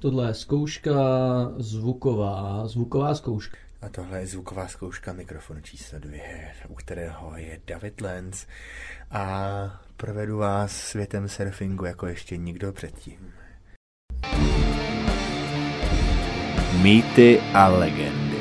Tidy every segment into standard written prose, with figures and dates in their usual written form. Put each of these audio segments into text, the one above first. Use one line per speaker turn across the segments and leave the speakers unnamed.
Tohle je zkouška zvuková zkouška.
A tohle je zvuková zkouška mikrofonu číslo 2, u kterého je David Lenz a provedu vás světem surfingu jako ještě nikdo předtím. Mýty a legendy.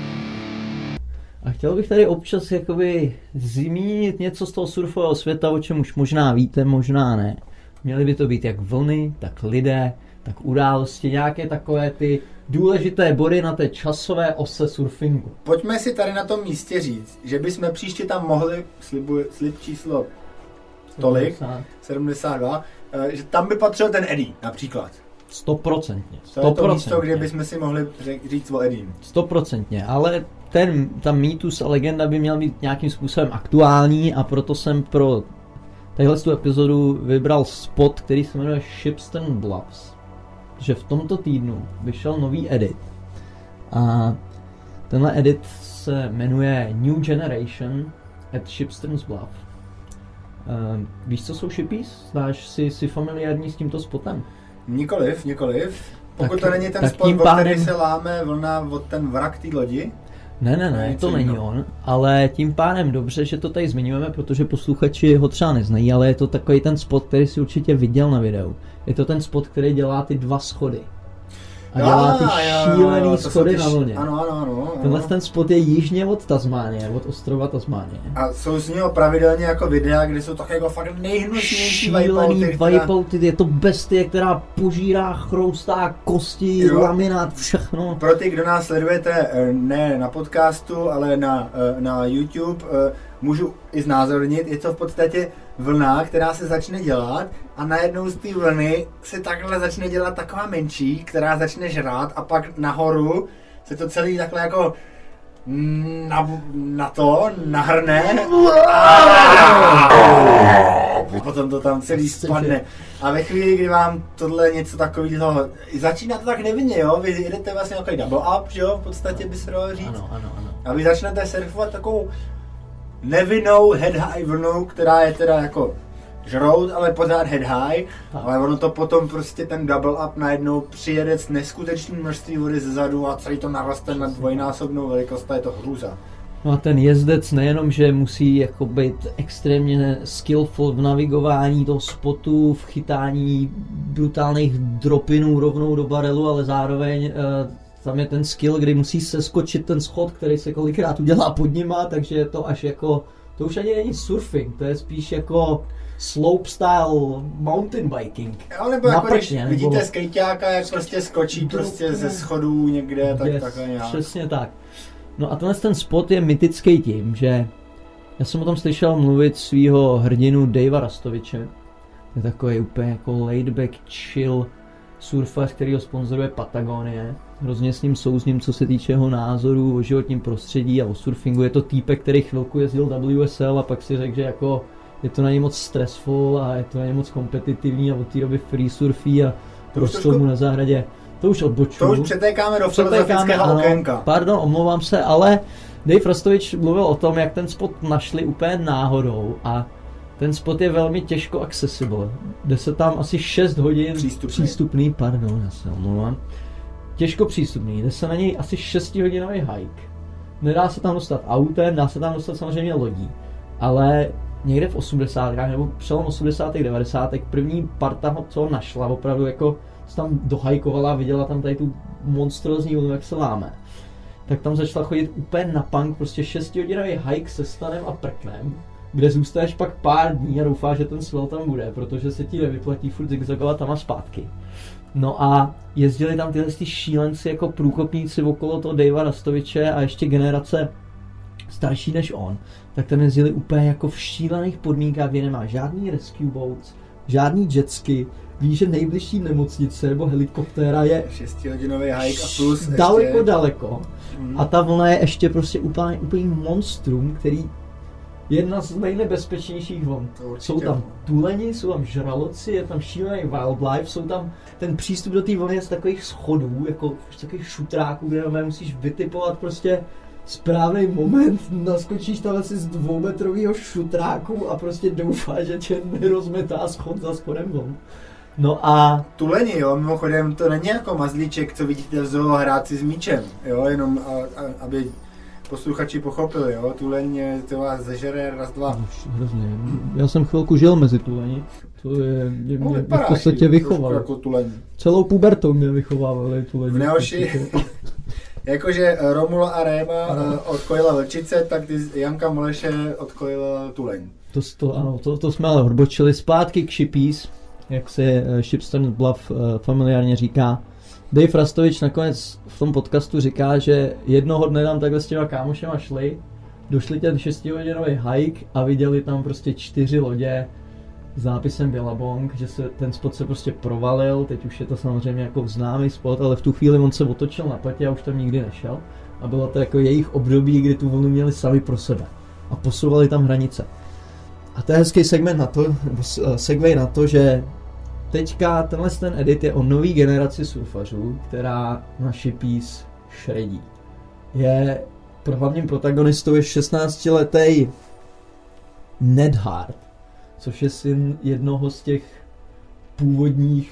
A chtěl bych tady občas jakoby zmínit něco z toho surfového světa, o čem už možná víte, možná ne. Měly by to být jak vlny, tak lidé, tak události, nějaké takové ty důležité body na té časové ose surfingu.
Pojďme si tady na tom místě říct, že bychom příště tam mohli, slib číslo tolik, 72, že tam by patřil ten Eddie například.
100%.
To je to místo, kde bychom si mohli říct o Eddie.
100%, ale ta mýtus a legenda by měl být nějakým způsobem aktuální a proto jsem pro tahle tu epizodu vybral spot, který se jmenuje Shipston Bluffs. Že v tomto týdnu vyšel nový edit. A tenhle edit se jmenuje New Generation at Shipston's Bluff. Víš, co jsou shippies? Znáš si familiární s tímto spotem?
Nikoliv. Pokud to není ten spot, o který se láme vlna od ten vrak té lodi?
Ne, to není on, ale tím pádem dobře, že to tady zmiňujeme, protože posluchači ho třeba neznají, ale je to takový ten spot, který si určitě viděl na videu. Je to ten spot, který dělá ty 2 schody. A dělá ty šílený schody na vlně.
Ano.
Tenhle ten spot je jižně od Tasmánie, od ostrova Tasmánie.
A jsou z něho pravidelně jako videa, kde jsou tak jako fakt nejhnusnější
wipeouty, je to bestie, která požírá, chroustá kosti, laminát, všechno.
Pro ty, kdo nás sledujete ne na podcastu, ale na YouTube, můžu i znázornit, je to v podstatě vlna, která se začne dělat a najednou z té vlny se takhle začne dělat taková menší, která začne žrát a pak nahoru se to celý takhle jako nahrne a potom to tam celý spadne. A ve chvíli, kdy vám tohle něco takového začíná to tak nevinně, jo? Vy jedete vlastně nějaký double up, jo? V podstatě by se dalo říct.
Ano.
A vy začnete surfovat takovou nevinnou head high vlnou, která je teda jako žrout, ale pořád head high, ale ono to potom prostě ten double up najednou přijede s neskutečným množství vody zezadu a celý to naroste na dvojnásobnou velikost a je to hrůza.
No a ten jezdec nejenom, že musí jako být extrémně skillful v navigování toho spotu, v chytání brutálních dropinů rovnou do barelu, ale zároveň tam je ten skill, kdy musí seskočit ten schod, který se kolikrát udělá pod nima, takže je to až jako, to už ani není surfing, to je spíš jako slopestyle mountain biking.
Jo, nebo jako když vidíte skejťáka, jak prostě skočí prostě ze schodů někde, tak takhle nějak.
Přesně tak. No a ten spot je mytický tím, že já jsem o tom slyšel mluvit svýho hrdinu Davea Rastoviče. Je takový úplně jako laid back, chill surfař, který ho sponzoruje Patagonie. Hrozně s ním souzním, co se týče jeho názorů o životním prostředí a o surfingu. Je to týpek, který chvilku jezdil WSL a pak si řekl, že jako je to na něj moc stressful a je to na něj moc kompetitivní a od té doby free surfí a rostou mu na zahradě. To už odbočuju.
To už přetékáme do filozofického okénka.
Pardon, omlouvám se, ale Dave Rastovič mluvil o tom, jak ten spot našli úplně náhodou a ten spot je velmi těžko accessible. Jde se tam asi 6 hodin přístupný, pardon, já se omlouvám. Těžko přístupný, jde se na něj asi 6hodinový hike. Nedá se tam dostat autem, dá se tam dostat samozřejmě lodí. Ale někde v 80. nebo přelom 80. 90. první parta, co našla, opravdu jako se tam dohajkovala, viděla tam tady tu monstrózní vlnu, jak se láme. Tak tam začala chodit úplně na punk, prostě 6hodinový hike se stanem a prknem, kde zůstaneš pak pár dní a doufáš, že ten sval tam bude, protože se ti nevyplatí furt zigzagovat tam a zpátky. No a jezdili tam tyhle šílenci jako průkopníci okolo toho Davea Rastoviče a ještě generace starší než on, tak tam jezdili úplně jako v šílených podmínkách, kde nemá žádný rescue boats, žádný jetski, víš, že nejbližší nemocnice nebo helikoptéra je
6hodinový hike a plus
daleko. A ta vlna je ještě prostě úplně monstrum, který jedna z nejnebezpečnějších vln. Jsou tam tuleni, jsou tam žraloci, je tam šílený wildlife, jsou tam ten přístup do té vlny z takových schodů, jako z takových šutráků, kde musíš vytipovat prostě správný moment, naskočíš tam asi z 2metrového šutráku a prostě doufáš, že tě nerozmetá schod za schodem vln. No a...
Tuleni, jo, mimochodem to není jako mazlíček, co vidíte v zoo hrát si s míčem, jo, jenom aby posluchači pochopili, jo, tuleň to vás zežere raz, dva.
Hrozně. Já jsem chvilku žil mezi tuleni. To je, mě v podstatě vychovali.
Jako tuleň.
Celou pubertou mě vychovávali tuleni.
V Neoši, jakože Romula a Réma odkojila vlčice, tak ty Janka Moleše odkojila tuleň.
To jsme ale odbočili zpátky k Shippies, jak se Shipstone Bluff familiárně říká. Dave Rastovič nakonec v tom podcastu říká, že jednoho dne tam takhle s těma kámošema došli ten 6hodinový hike a viděli tam prostě 4 lodě s nápisem Billabong, že se ten spot se prostě provalil, teď už je to samozřejmě jako známý spot, ale v tu chvíli on se otočil na patě a už tam nikdy nešel. A bylo to jako jejich období, kdy tu vlnu měli sami pro sebe a posouvali tam hranice. A to je hezký segment na to, nebo segway na to, že teďka ten edit je o nový generaci surfařů, která na Shippies šredí. Hlavním protagonistou je 16letý Ned Hart, což je syn jednoho z těch původních,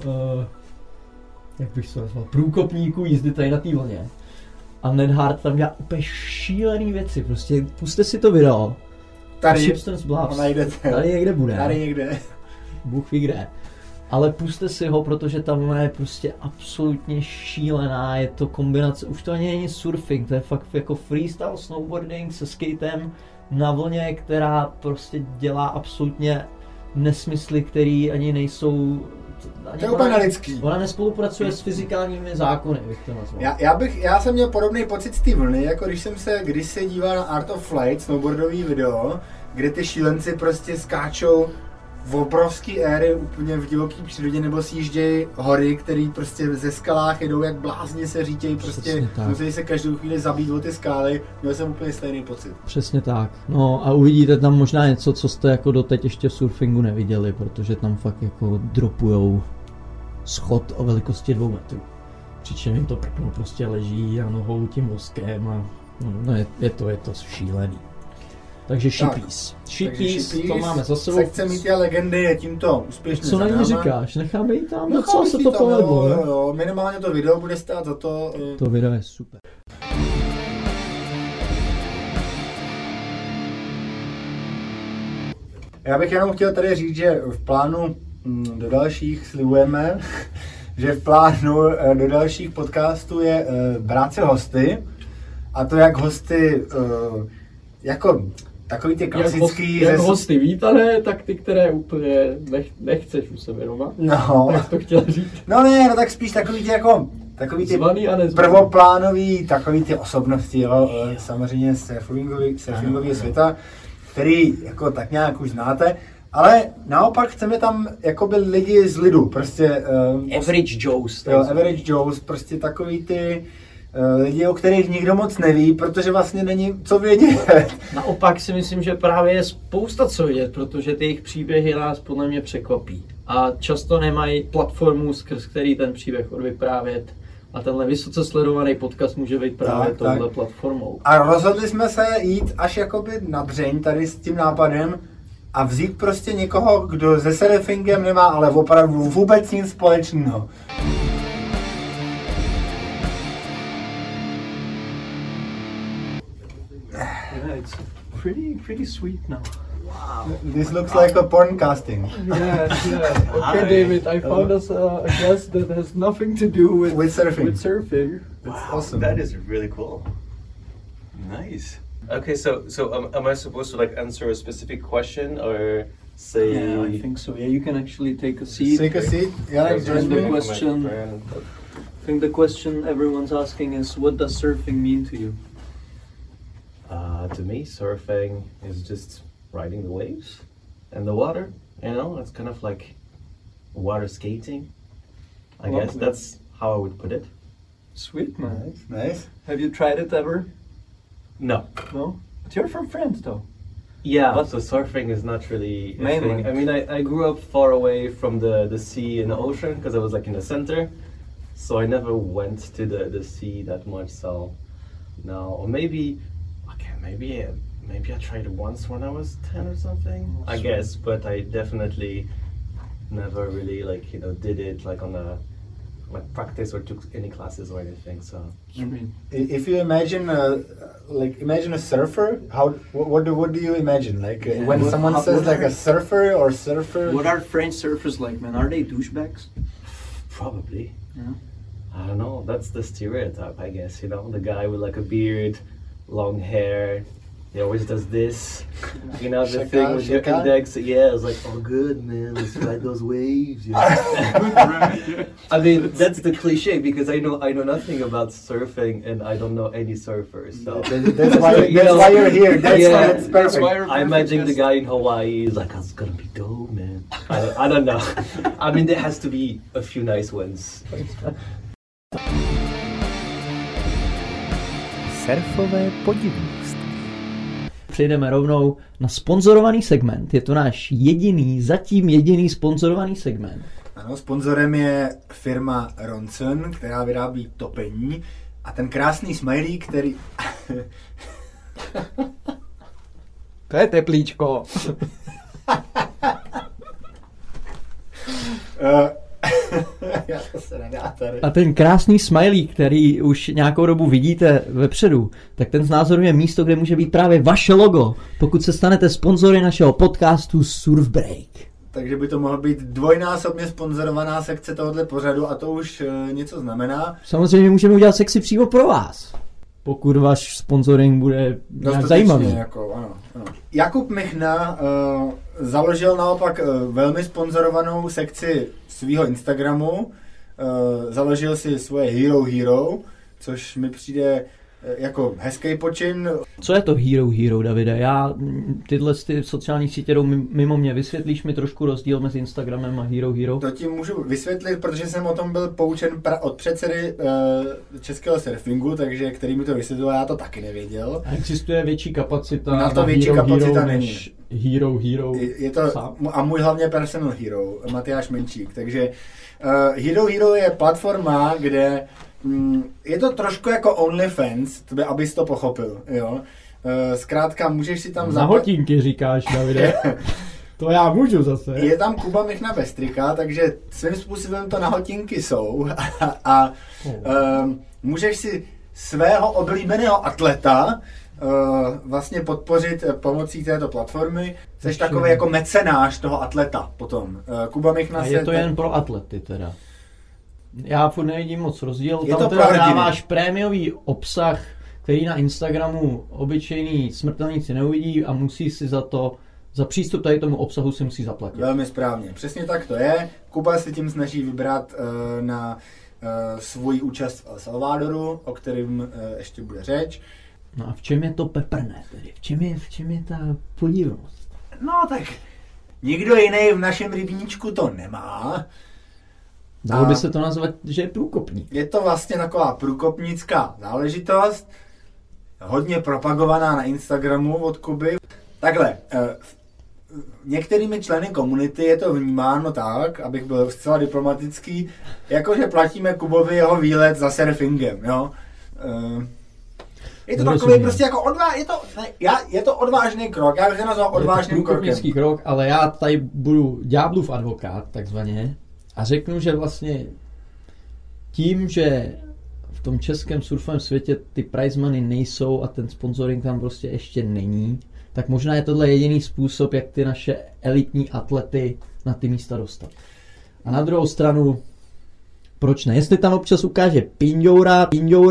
jak bych se nazval, průkopníků jízdy tady na té vlně. A Ned Hart tam dělá úplně šílený věci, prostě puste si to video.
Tady,
tady někde bude.
Tady někde.
Bůh ví kde. Ale puste si ho, protože ta vlna je prostě absolutně šílená, je to kombinace, už to ani není surfing, to je fakt jako freestyle snowboarding se skatem na vlně, která prostě dělá absolutně nesmysly, který ani nejsou...
To je úplně nelidský.
Ona nespolupracuje s fyzikálními zákony, bych to nazval.
Já jsem měl podobný pocit z té vlny, jako když jsem se kdysi díval na Art of Flight, snowboardový video, kde ty šílenci prostě skáčou v obrovský éry úplně v divoký přírodě nebo sjíždějí hory, který prostě ze skalách jedou jak blázni se řítějí, prostě musí se každou chvíli zabít o ty skály, měl jsem úplně stejný pocit.
Přesně tak, no a uvidíte tam možná něco, co jste jako doteď ještě v surfingu neviděli, protože tam fakt jako dropujou schod o velikosti 2 metrů. Přičem jim to prkno prostě leží a nohou tím voskem a no, je to šílený. Takže Shippies. Shippies, to máme za sebou.
Sekce mýty a legendy je tímto úspěšně.
Co na ní říkáš? Necháme jí tam? Docela se to povedlo,
jo, minimálně to video bude stát za to.
To video je super.
Já bych jenom chtěl tady říct, že v plánu do dalších slibujeme, že v plánu do dalších podcastů je brát se hosty. A to jak hosty, jako takový ty klasický...
Jak hosty vítané, tak ty, které úplně nechceš u sebe doma.
No.
Tak to chtěl říct.
No ne, no tak spíš takový ty prvoplánový, takový ty osobnosti, jo, samozřejmě surfingový světa, který jako tak nějak už znáte, ale naopak chceme tam jakoby lidi z lidu, prostě...
Average Joes.
Jo, Average Joes, prostě takový ty... lidi, o kterých nikdo moc neví, protože vlastně není co vědět.
Naopak si myslím, že právě je spousta co vědět, protože ty jejich příběhy nás podle mě překvapí. A často nemají platformu, skrz který ten příběh odvyprávět. A tenhle vysoce sledovaný podcast může být právě touhle platformou.
A rozhodli jsme se jít až jakoby na dřeň tady s tím nápadem a vzít prostě někoho, kdo se surfingem nemá ale opravdu vůbec nic společného.
Yeah, it's pretty sweet now.
Wow. This looks like a porn casting.
Yeah. Okay, David, I found us a guest that has nothing to do with surfing.
That's awesome. That is really cool. Nice. Okay, so am I supposed to like answer a specific question or say?
Yeah, I think so. Yeah, you can actually take a seat.
Take a seat. Yeah,
I think the question everyone's asking is, what does surfing mean to you?
To me, surfing is just riding the waves and the water. You know, it's kind of like water skating. I guess that's how I would put it.
Sweet, man.
Nice.
Have you tried it ever?
No.
No? But you're from France, though.
Yeah, but so surfing is not really a thing. I mean, I grew up far away from the sea and the ocean because I was like in the center. So I never went to the sea that much. So no, or maybe I tried it once when I was 10 or something. I guess, but I definitely never really like, you know, did it like on a like practice or took any classes or anything. So
if you imagine imagine a surfer, what do you imagine? Like when someone says like a surfer or surfer?
What are French surfers like, man? Are they douchebags?
Probably.
Yeah.
I don't know. That's the stereotype, I guess. You know, the guy with like a beard, long hair. He always does this. You know, the thing with your index. Yeah, it's like, oh, good, man. Let's ride those waves. You know? I mean, that's the cliche because I know nothing about surfing and I don't know any surfers. So
that's why you're here. That's why it's perfect.
I imagine the guy in Hawaii is like, it's gonna be dope, man. I don't know. I mean, there has to be a few nice ones.
Surfové podivnosti. Přejdeme rovnou na sponzorovaný segment. Je to náš zatím jediný sponzorovaný segment.
Ano, sponzorem je firma Ronson, která vyrábí topení a ten krásný smajlík, který...
To je teplíčko. A ten krásný smajlík, který už nějakou dobu vidíte vepředu, tak ten znázorňuje místo, kde může být právě vaše logo, pokud se stanete sponzory našeho podcastu Surf Break.
Takže by to mohla být dvojnásobně sponzorovaná sekce tohoto pořadu a to už něco znamená.
Samozřejmě můžeme udělat sekci přímo pro vás, pokud váš sponsoring bude nějak zajímavý.
Jako, ano. Jakub Michna založil naopak velmi sponzorovanou sekci svého Instagramu. Založil si svoje Hero, což mi přijde jako hezký počin.
Co je to Hero, Davide? Já tyhle sociální sítě jdou mimo mě. Vysvětlíš mi trošku rozdíl mezi Instagramem a Hero?
To ti můžu vysvětlit, protože jsem o tom byl poučen od předsedy českého surfingu, takže který mi to vysvětlil, já to taky nevěděl.
A existuje větší kapacita
na to větší kapacita není.
Hero.
Je to a můj hlavně personal hero, Matyáš Menčík. Takže Hero je platforma, kde je to trošku jako OnlyFans, abys to pochopil, jo. Zkrátka můžeš si tam
na hotinky říkáš, Davide. To já můžu zase.
Je tam Kuba Michna bez trika, takže svým způsobem to na hotinky jsou a můžeš si svého oblíbeného atleta vlastně podpořit pomocí této platformy. Jsi takový jako mecenáš toho atleta potom. Kuba Michna
a je to jen pro atlety teda. Já furt nevidím moc rozdíl.
Je
tam teda dáváš prémiový obsah, který na Instagramu obyčejný smrtelníci neuvidí a musí si za přístup tady tomu obsahu si musí zaplatit.
Velmi správně. Přesně tak to je. Kuba se tím snaží vybrat na svůj účast v El Salvadoru, o kterém ještě bude řeč.
No a v čem je to peprné tedy? V čem je ta podivnost?
No tak nikdo jiný v našem rybníčku to nemá.
Dalo by se to nazvat, že je průkopník.
Je to vlastně taková průkopnická záležitost, hodně propagovaná na Instagramu od Kuby. Takhle, některými členy komunity je to vnímáno tak, abych byl zcela diplomatický, jakože platíme Kubovi jeho výlet za surfingem, jo. Je to takový prostě jako je to odvážný krok, já bych to nazval odvážným krokem.
Je to krok, ale já tady budu ďáblův advokát, takzvaně, a řeknu, že vlastně tím, že v tom českém surfovém světě ty prize money nejsou a ten sponsoring tam prostě ještě není, tak možná je tohle jediný způsob, jak ty naše elitní atlety na ty místa dostat. A na druhou stranu, proč ne? Jestli tam občas ukáže pinďoura,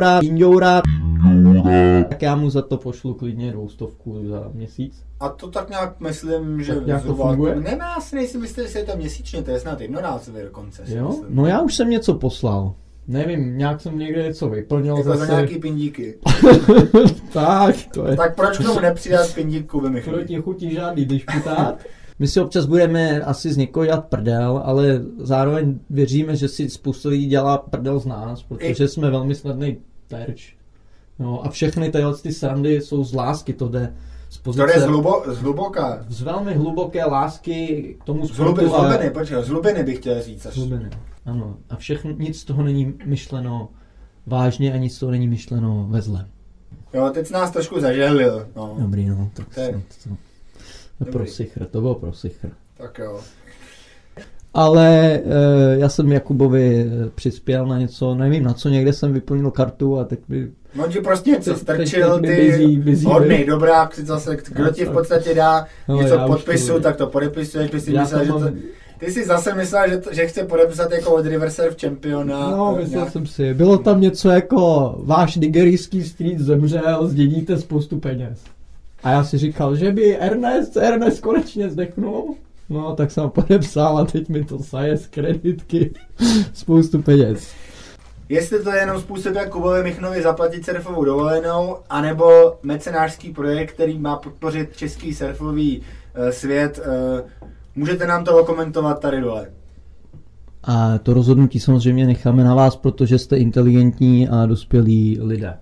tak já mu za to pošlu klidně 200 za měsíc.
A to tak nějak myslím, že
to funguje?
Ne, já si nejsem jistý, že je to měsíčně, to je snad jednorázově dokonce.
Jo? No já už jsem něco poslal. Nevím, nějak jsem někde něco vyplnil
jako zase. Za nějaký pindíky.
Tak, to je.
Tak proč k tomu nepřidat pindíku, Michal?
Proti chutí žádný disputát. My si občas budeme asi z někoho dělat prdel, ale zároveň věříme, že si spousta lidí dělá prdel z nás, protože jsme velmi snadný terč. No a všechny ty srandy jsou z lásky, to jde z pozice...
To je zhluboka.
Z velmi hluboké lásky k tomu
sportu. Z hlubiny bych chtěl říct.
Z hlubiny, ano. A nic z toho není myšleno vážně a nic z toho není myšleno ve zlém.
Jo, teď jsi nás trošku zažehlil. No.
Dobrý, no. Tak to bylo pro sichr.
Tak jo.
Ale já jsem Jakubovi přispěl na něco, nevím na co, někde jsem vyplnil kartu a teď by...
No ti prostě něco strčil, ty hodnej dobrák, zase, kdo ti v podstatě dá něco podpisu, tak to podepisuješ, ty si zase myslel, že chce podepsat jako od River Surf Championa.
No, myslel jsem si, bylo tam něco jako váš nigerijský street zemřel, zdědíte spoustu peněz. A já si říkal, že by Ernest konečně zdechnul. No, tak jsem podepsal a teď mi to saje z kreditky spoustu peněz.
Jestli to je jenom způsob, jak Kubovi Michnovi zaplatit surfovou dovolenou, anebo mecenářský projekt, který má podpořit český surfový svět, můžete nám to okomentovat tady dole.
A to rozhodnutí samozřejmě necháme na vás, protože jste inteligentní a dospělí lidé.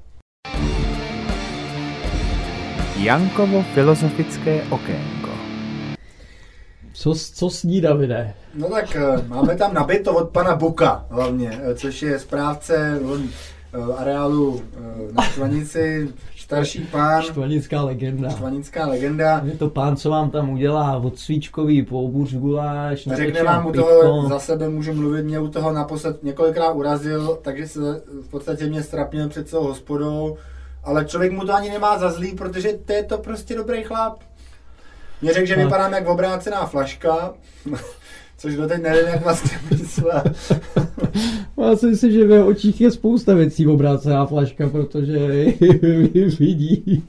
Jankovo filozofické okénko.
Co sní, Davide?
No tak máme tam nabito od pana Buka hlavně, což je správce areálu na Štvanici, starší pán.
Štvaninská legenda.
Je
to pán, co vám tam udělá od svíčkový po obůř guláš.
Řekne vám u toho, za sebe můžu mluvit, mě u toho naposled několikrát urazil, takže se v podstatě mě strapnil před celou hospodou, ale člověk mu to ani nemá za zlý, protože to je to prostě dobrý chlap. Mě řekl, že vypadám jak obrácená flaška, což doteď nevím, jak vlastně myslel.
Já si myslím, že v jeho očích je spousta věcí obrácená flaška, protože vidí.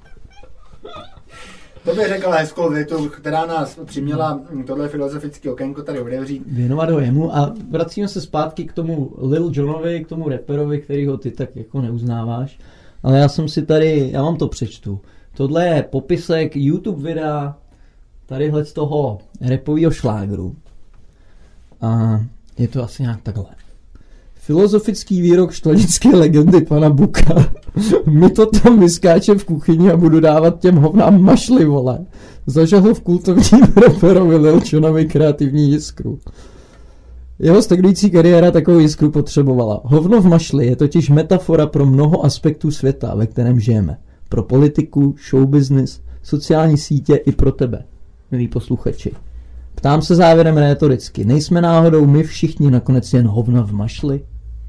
To bych řekl hezkou větu, která nás přiměla tohle filozofické okénko tady otevřít.
Věnovat ho jemu a vracíme se zpátky k tomu Lil Jonovi, k tomu rapperovi, kterýho ty tak jako neuznáváš. Ale já jsem si tady, já vám to přečtu. Tohle je popisek YouTube videa tadyhle z toho rapového šlágru. A je to asi nějak takhle. Filozofický výrok štvanické legendy pana Buka. My to tam vyskáčem v kuchyni a budu dávat těm hovnám mašli, vole. Zažahl v kultovním raperovi Lil Jonovi kreativní jiskru. Jeho stagnující kariéra takovou jiskru potřebovala. Hovno v mašli je totiž metafora pro mnoho aspektů světa, ve kterém žijeme. Pro politiku, showbusiness, sociální sítě i pro tebe, milí posluchači. Ptám se závěrem rétoricky, nejsme náhodou my všichni nakonec jen hovna v mašli?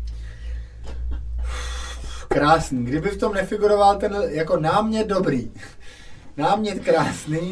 Krásný, kdyby v tom nefiguroval ten jako námět dobrý, námět krásný.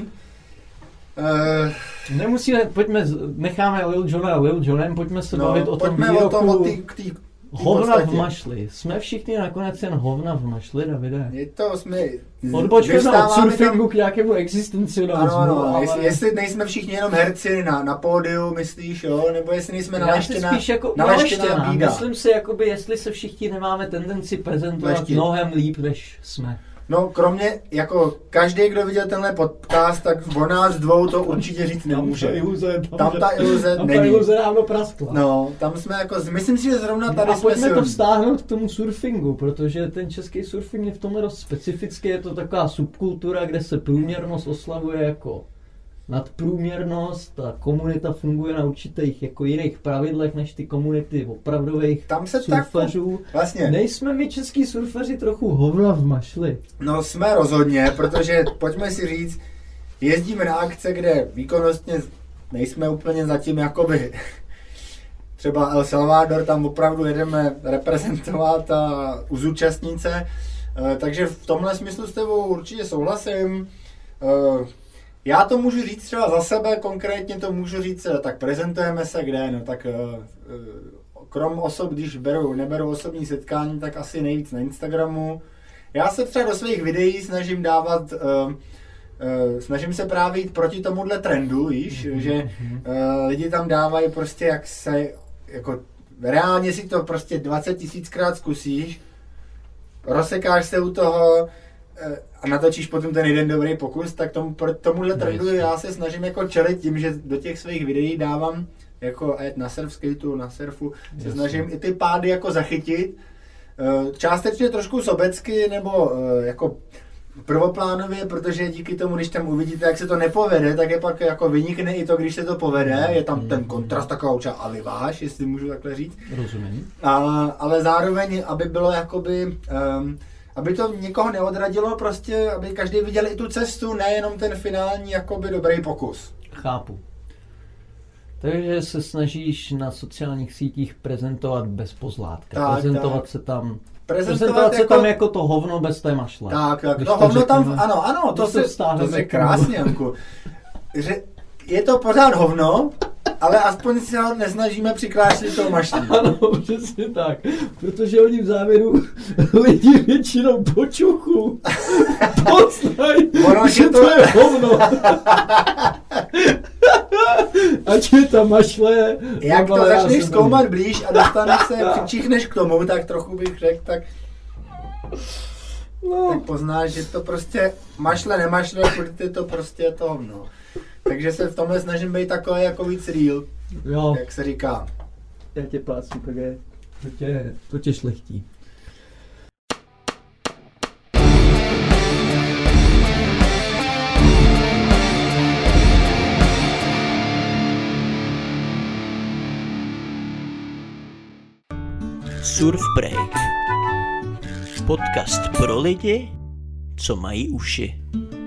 Nemusíme, necháme Lil Jona Lil Jonem, pojďme se bavit o tom výroku. Hovna v mašli. Jsme všichni nakonec jen hovna v mašli, Davide.
Je to, jsme...
Odbočme od surfingu k nějakému existencialismu.
Ano, ale... jestli nejsme všichni jenom herci na pódiu, myslíš, jo? Nebo jestli nejsme naleštěná bída.
Myslím si, jakoby, jestli se všichni nemáme tendenci prezentovat mnohem líp, než jsme.
No, kromě, jako každý, kdo viděl tenhle podcast, tak o nás dvou to určitě říct nemůže. Tam ta iluze není.
Ta iluze dávno praskla.
No, tam jsme jako, myslím si, že zrovna tady jsme
pojďme to vztáhnout k tomu surfingu, protože ten český surfing je v tomhle dost specifický, je to taková subkultura, kde se průměrnost oslavuje jako nadprůměrnost, ta komunita funguje na určitých jako jiných pravidlech než ty komunity opravdových surfařů.
Vlastně.
Nejsme my český surfaři trochu hovna v mašli?
No jsme rozhodně, protože pojďme si říct, jezdíme na akce, kde výkonnostně nejsme úplně zatím jakoby třeba El Salvador, tam opravdu jedeme reprezentovat a zúčastnit se, takže v tomhle smyslu s tebou určitě souhlasím. Já to můžu říct třeba za sebe, konkrétně to můžu říct, tak prezentujeme se kde, no tak krom osob, když neberu osobní setkání, tak asi nejvíc na Instagramu. Já se třeba do svých videí snažím dávat, snažím se právě jít proti tomuhle trendu, víš, že lidi tam dávají prostě jak se, jako reálně si to prostě 20 000krát zkusíš, rozsekáš se u toho, a natočíš potom ten jeden dobrý pokus, tak tomuhle trendu já se snažím jako čelit tím, že do těch svých videí dávám jako na surf skateu, na surfu, se snažím i ty pády jako zachytit. Částečně trošku sobecky nebo jako prvoplánově, protože díky tomu, když tam uvidíte, jak se to nepovede, tak je pak jako vynikne i to, když se to povede. Je tam ten kontrast taková určitá aliváž, jestli můžu takhle říct.
Rozumím.
Ale zároveň, aby bylo jakoby... aby to nikoho neodradilo, prostě, aby každý viděl i tu cestu, nejenom ten finální jakoby dobrý pokus.
Chápu. Takže se snažíš na sociálních sítích prezentovat bez pozlátka. Prezentovat se tam jako to hovno bez té mašle.
Tak, to hovno tam, ano, to je krásně, Janku. Že je to pořád hovno, ale aspoň si ho nesnažíme přikrášlit tou mašlí.
Ano, přesně tak. Protože oni v závěru lidi většinou po čuchu poznají, že to je hovno. Ať je ta mašle...
Jak to začneš zkoumat blíž a dostaneš se, přičichneš k tomu, tak trochu bych řekl, tak poznáš, že to prostě mašle, nemašle, furt je to prostě to hovno. Takže se v tomhle snažím být takový jako víc real, jak se říká.
Já tě plácnu, to tě šlechtí.
Surf Break. Podcast pro lidi, co mají uši.